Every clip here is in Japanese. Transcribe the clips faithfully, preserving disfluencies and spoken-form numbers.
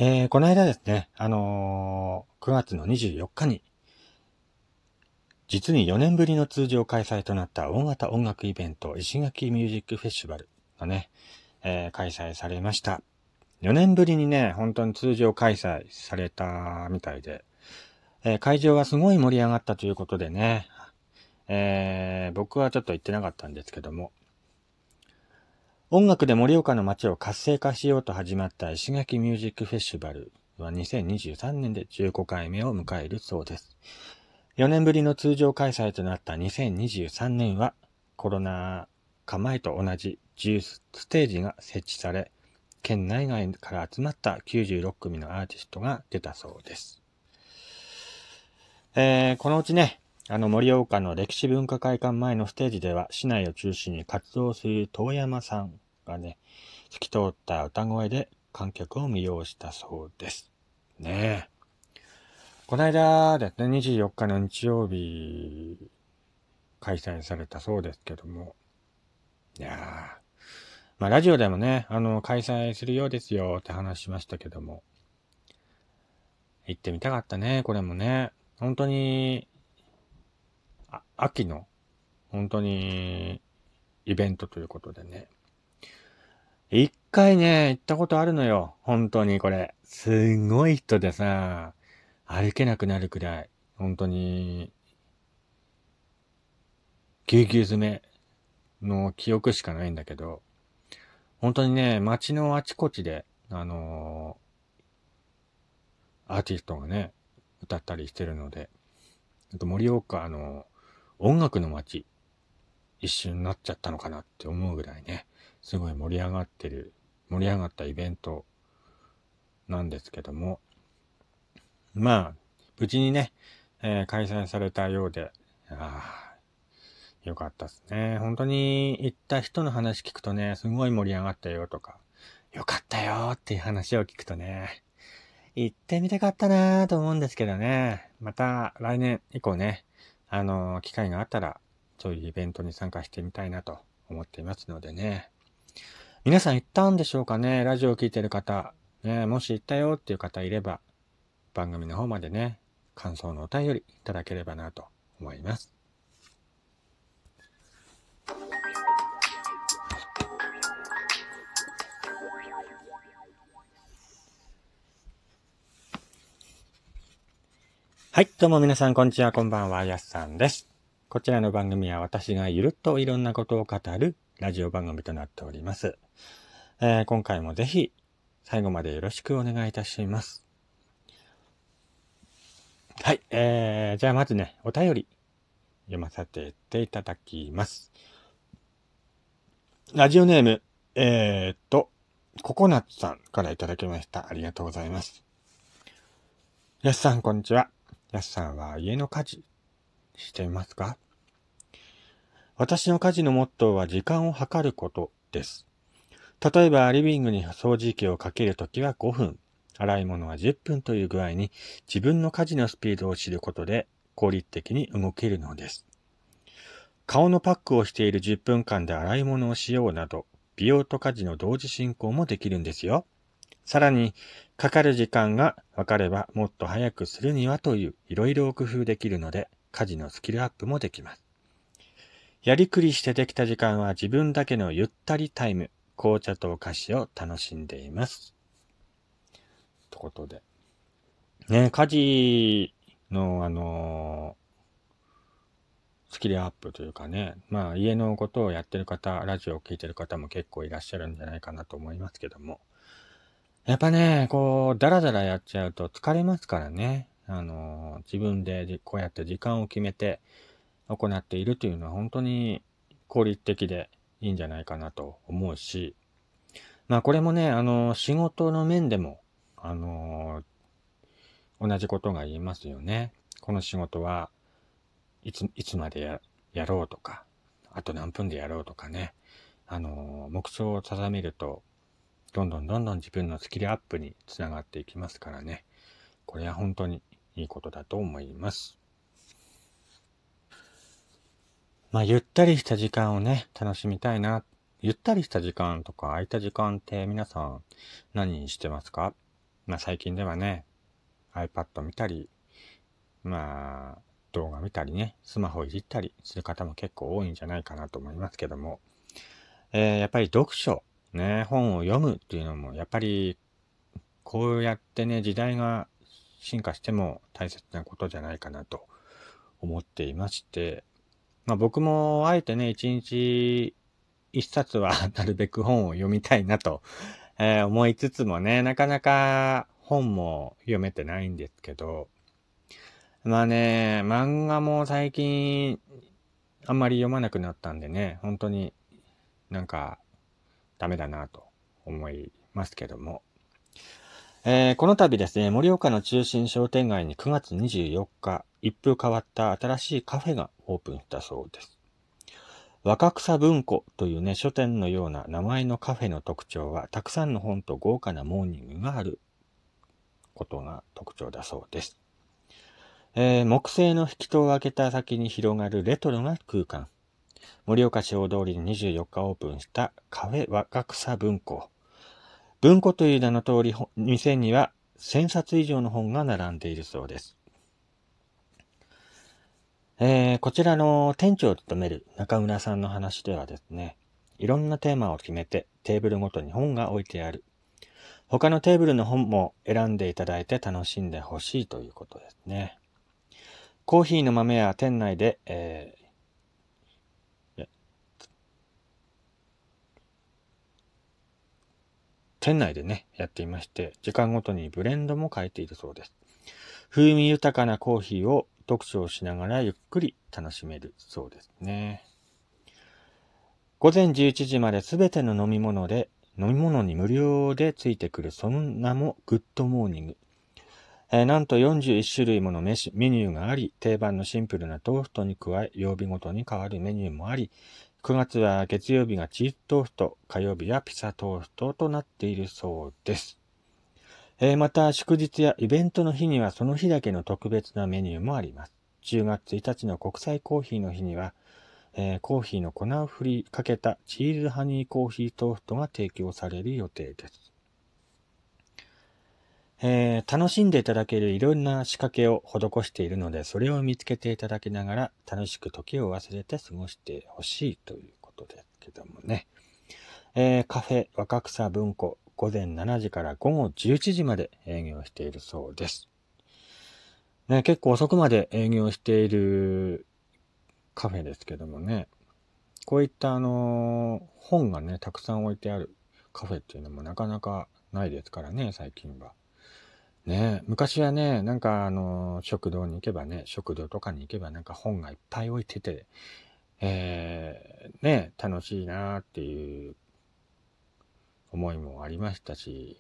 えー、この間ですね、あのー、くがつのにじゅうよっかに、実によねんぶりの通常開催となった大型音楽イベント、石垣ミュージックフェスティバルがね、えー、開催されました。よねんぶりにね、本当に通常開催されたみたいで、えー、会場がすごい盛り上がったということでね、えー、僕はちょっと行ってなかったんですけども、音楽で盛岡の街を活性化しようと始まった石垣ミュージックフェスティバルはにせんにじゅうさんねんでじゅうごかいめを迎えるそうです。よねんぶりの通常開催となったにせんにじゅうさんねんはコロナ禍前と同じじゅうステージが設置され、県内外から集まったきゅうじゅうろっくみのアーティストが出たそうです。えー、このうちね、あの盛岡の歴史文化会館前のステージでは市内を中心に活動する遠山さんがね、透き通った歌声で観客を魅了したそうです。ねえ。この間ですね、にじゅうよっかの日曜日開催されたそうですけども、いやー、まあラジオでもね、あの開催するようですよって話しましたけども、行ってみたかったね、これもね。本当に、あ秋の本当にイベントということでね。一回ね、行ったことあるのよ。本当にこれ。すんごい人でさ、歩けなくなるくらい、本当に、ぎゅうぎゅう詰めの記憶しかないんだけど、本当にね、街のあちこちで、あのー、アーティストがね、歌ったりしてるので、あと盛岡の音楽の街、一瞬になっちゃったのかなって思うぐらいね、すごい盛り上がってる、盛り上がったイベントなんですけども、まあ、無事にね、えー、開催されたようで、あーよかったですね。本当に行った人の話聞くとね、すごい盛り上がったよとか、よかったよっていう話を聞くとね、行ってみたかったなぁと思うんですけどね。また来年以降ね、あのー、機会があったら、そういうイベントに参加してみたいなと思っていますのでね。皆さん行ったんでしょうかね、ラジオを聞いてる方。ね、もし行ったよっていう方いれば、番組の方までね、感想のお便りいただければなと思います。はい、どうも皆さんこんにちは、こんばんは、やすさんです。こちらの番組は私がゆるっといろんなことを語るラジオ番組となっております。えー、今回もぜひ最後までよろしくお願いいたします。はい、えー、じゃあまずね、お便り読ませていただきます。ラジオネーム、えーっと、ココナッツさんからいただきました。ありがとうございます。やすさん、こんにちは。やすさんは家の家事していますか？私の家事のモットーは時間を計ることです。例えば、リビングに掃除機をかけるときはごふん、洗い物はじゅっぷんという具合に自分の家事のスピードを知ることで効率的に動けるのです。顔のパックをしているじゅっぷんかんで洗い物をしようなど、美容と家事の同時進行もできるんですよ。さらに、かかる時間が分かればもっと早くするにはといういろいろ工夫できるので、家事のスキルアップもできます。やりくりしてできた時間は自分だけのゆったりタイム、紅茶とお菓子を楽しんでいます。ということで。ね、家事のあのー、スキルアップというかね、まあ家のことをやってる方、ラジオを聞いてる方も結構いらっしゃるんじゃないかなと思いますけども。やっぱね、こう、だらだらやっちゃうと疲れますからね。あのー、自分でこうやって時間を決めて行っているというのは本当に効率的でいいんじゃないかなと思うし、まあこれもね、あのー、仕事の面でも、あのー、同じことが言えますよね。この仕事はいつ、いつまで や, やろうとか、あと何分でやろうとかね。あのー、目標を定めると、どんどんどんどん自分のスキルアップにつながっていきますからね。これは本当にいいことだと思います。まあ、ゆったりした時間をね、楽しみたいな。ゆったりした時間とか空いた時間って皆さん何してますか？ まあ最近ではね、iPad 見たり、まあ動画見たりね、スマホいじったりする方も結構多いんじゃないかなと思いますけども、えー、やっぱり読書、ね、本を読むっていうのも、やっぱりこうやってね、時代が進化しても大切なことじゃないかなと思っていまして、まあ僕もあえてね、一日一冊はなるべく本を読みたいなと、えー思いつつもね、なかなか本も読めてないんですけど、まあね、漫画も最近あんまり読まなくなったんでね、本当になんかダメだなと思いますけども。えーこの度ですね、盛岡の中心商店街にくがつにじゅうよっか、一風変わった新しいカフェがオープンしたそうです。若草文庫というね、書店のような名前のカフェの特徴は、たくさんの本と豪華なモーニングがあることが特徴だそうです。えー木製の引き戸を開けた先に広がるレトロな空間。盛岡市大通りににじゅうよっかオープンしたカフェ若草文庫。文庫という名の通り、店にはせんさつ以上の本が並んでいるそうです。えーこちらの店長を務める中村さんの話ではですね、いろんなテーマを決めてテーブルごとに本が置いてある。他のテーブルの本も選んでいただいて楽しんでほしいということですね。コーヒーの豆は店内で、えー店内でね、やっていまして、時間ごとにブレンドも変えているそうです。風味豊かなコーヒーを読書をしながらゆっくり楽しめるそうですね。ごぜんじゅういちじまで全ての飲み物で、飲み物に無料でついてくる、その名もグッドモーニング。えーなんとよんじゅういち種類ものメシメニューがあり、定番のシンプルなトーストに加え、曜日ごとに変わるメニューもあり、くがつは月曜日がチーズトースト、火曜日はピザトーストとなっているそうです。えーまた、祝日やイベントの日にはその日だけの特別なメニューもあります。じゅうがつついたちの国際コーヒーの日には、えーコーヒーの粉を振りかけたチーズハニーコーヒートーストが提供される予定です。えー楽しんでいただけるいろんな仕掛けを施しているので、それを見つけていただきながら楽しく時を忘れて過ごしてほしいということですけどもね。えーカフェ若草文庫、ごぜんしちじからごごじゅういちじまで営業しているそうです。ね、結構遅くまで営業しているカフェですけどもね、こういったあのー本がね、たくさん置いてあるカフェっていうのもなかなかないですからね、最近は。ね、昔はね、なんかあのー食堂に行けばね、食堂とかに行けばなんか本がいっぱい置いてて、えー、ね、楽しいなーっていう思いもありましたし、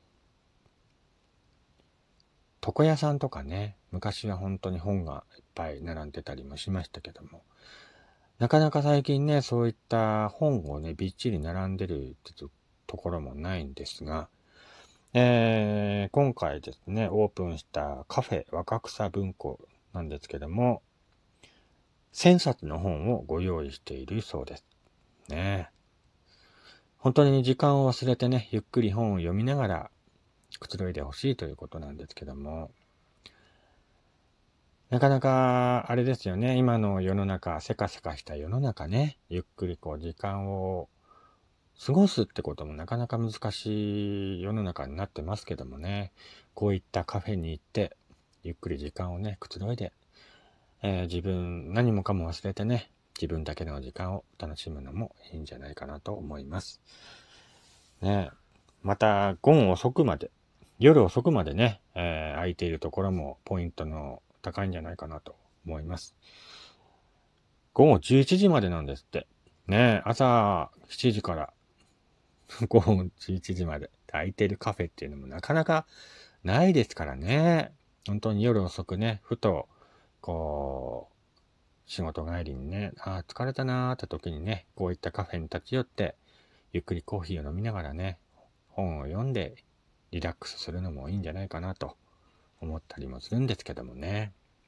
床屋さんとかね、昔は本当に本がいっぱい並んでたりもしましたけども、なかなか最近ね、そういった本をね、びっちり並んでるってところもないんですが、えー、今回ですね、オープンしたカフェ若草文庫なんですけども、せんさつの本をご用意しているそうです。ね。本当に時間を忘れてね、ゆっくり本を読みながらくつろいでほしいということなんですけども、なかなか、あれですよね。今の世の中、せかせかした世の中ね、ゆっくりこう時間を過ごすってこともなかなか難しい世の中になってますけどもね。こういったカフェに行って、ゆっくり時間をね、くつろいで、えー自分、何もかも忘れてね、自分だけの時間を楽しむのもいいんじゃないかなと思います。ね。また、午後遅くまで、夜遅くまでね、えー空いているところもポイントの高いんじゃないかなと思います。午後じゅういちじまでなんですって。ねえ、朝しちじから午後じゅういちじまで空いてるカフェっていうのもなかなかないですからね。本当に夜遅くね、ふと、こう、仕事帰りにね、ああ、疲れたなーって時にね、こういったカフェに立ち寄って、ゆっくりコーヒーを飲みながらね、本を読んでリラックスするのもいいんじゃないかなと思ったりもするんですけどもね。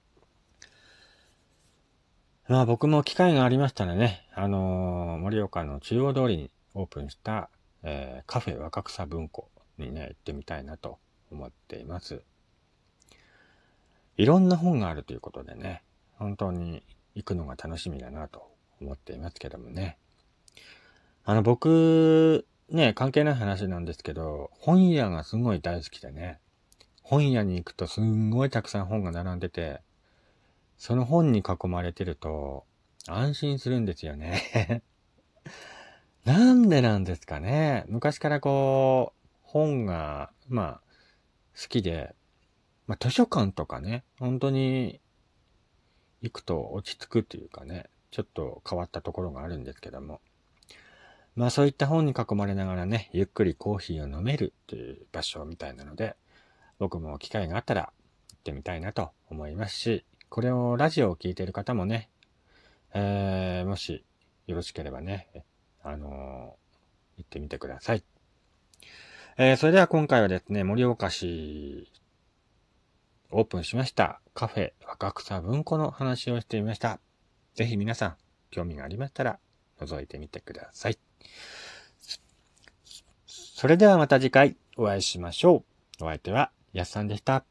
まあ僕も機会がありましたらね、あのー盛岡の中央通りにオープンした、えーカフェ若草文庫にね、行ってみたいなと思っています。いろんな本があるということでね、本当に行くのが楽しみだなと思っていますけどもね。あの僕、ね、関係ない話なんですけど、本屋がすごい大好きでね、本屋に行くとすんごいたくさん本が並んでて、その本に囲まれてると安心するんですよね。なんでなんですかね。昔からこう、本が、まあ、好きで、まあ図書館とかね、本当に行くと落ち着くというかね、ちょっと変わったところがあるんですけども。まあそういった本に囲まれながらね、ゆっくりコーヒーを飲めるという場所みたいなので、僕も機会があったら行ってみたいなと思いますし、これをラジオを聞いている方もね、えー、もしよろしければね、あのー、行ってみてください。えー、それでは今回はですね、盛岡市オープンしましたカフェ若草文庫の話をしてみました。ぜひ皆さん興味がありましたら覗いてみてください。それではまた次回お会いしましょう。お相手はやすさんでした。